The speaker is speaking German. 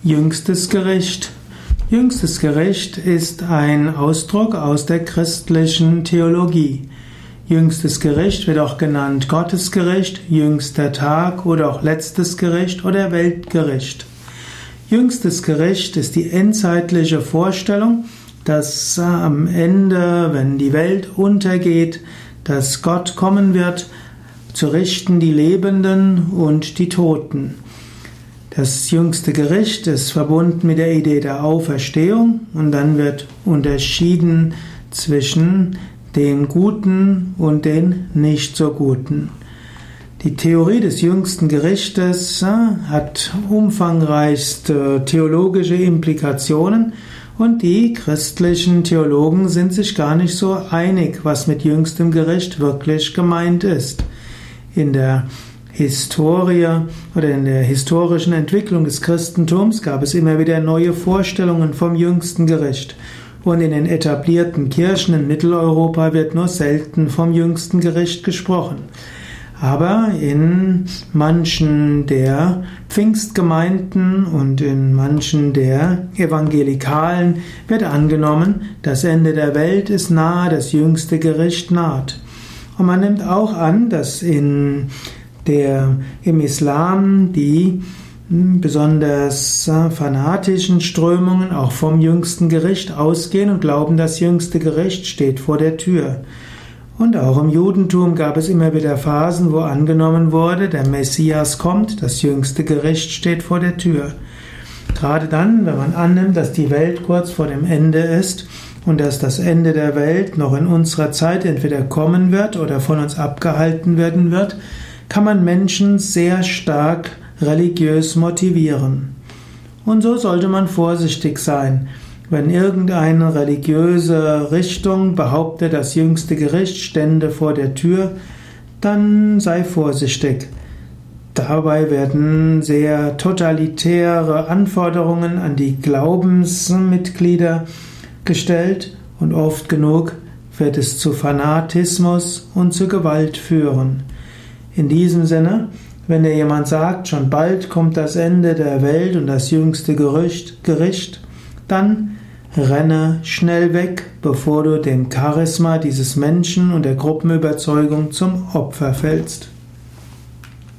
Jüngstes Gericht. Jüngstes Gericht ist ein Ausdruck aus der christlichen Theologie. Jüngstes Gericht wird auch genannt Gottesgericht, jüngster Tag oder auch letztes Gericht oder Weltgericht. Jüngstes Gericht ist die endzeitliche Vorstellung, dass am Ende, wenn die Welt untergeht, dass Gott kommen wird, zu richten die Lebenden und die Toten. Das jüngste Gericht ist verbunden mit der Idee der Auferstehung und dann wird unterschieden zwischen den Guten und den nicht so Guten. Die Theorie des jüngsten Gerichtes hat umfangreichste theologische Implikationen und die christlichen Theologen sind sich gar nicht so einig, was mit jüngstem Gericht wirklich gemeint ist. In der Historie oder in der historischen Entwicklung des Christentums gab es immer wieder neue Vorstellungen vom jüngsten Gericht. Und in den etablierten Kirchen in Mitteleuropa wird nur selten vom jüngsten Gericht gesprochen. Aber in manchen der Pfingstgemeinden und in manchen der Evangelikalen wird angenommen, das Ende der Welt ist nahe, das jüngste Gericht naht. Und man nimmt auch an, dass im Islam die besonders fanatischen Strömungen auch vom jüngsten Gericht ausgehen und glauben, das jüngste Gericht steht vor der Tür. Und auch im Judentum gab es immer wieder Phasen, wo angenommen wurde, der Messias kommt, das jüngste Gericht steht vor der Tür. Gerade dann, wenn man annimmt, dass die Welt kurz vor dem Ende ist und dass das Ende der Welt noch in unserer Zeit entweder kommen wird oder von uns abgehalten werden wird, kann man Menschen sehr stark religiös motivieren. Und so sollte man vorsichtig sein. Wenn irgendeine religiöse Richtung behauptet, das jüngste Gericht stände vor der Tür, dann sei vorsichtig. Dabei werden sehr totalitäre Anforderungen an die Glaubensmitglieder gestellt und oft genug wird es zu Fanatismus und zu Gewalt führen. In diesem Sinne, wenn dir jemand sagt, schon bald kommt das Ende der Welt und das jüngste Gericht, dann renne schnell weg, bevor du dem Charisma dieses Menschen und der Gruppenüberzeugung zum Opfer fällst.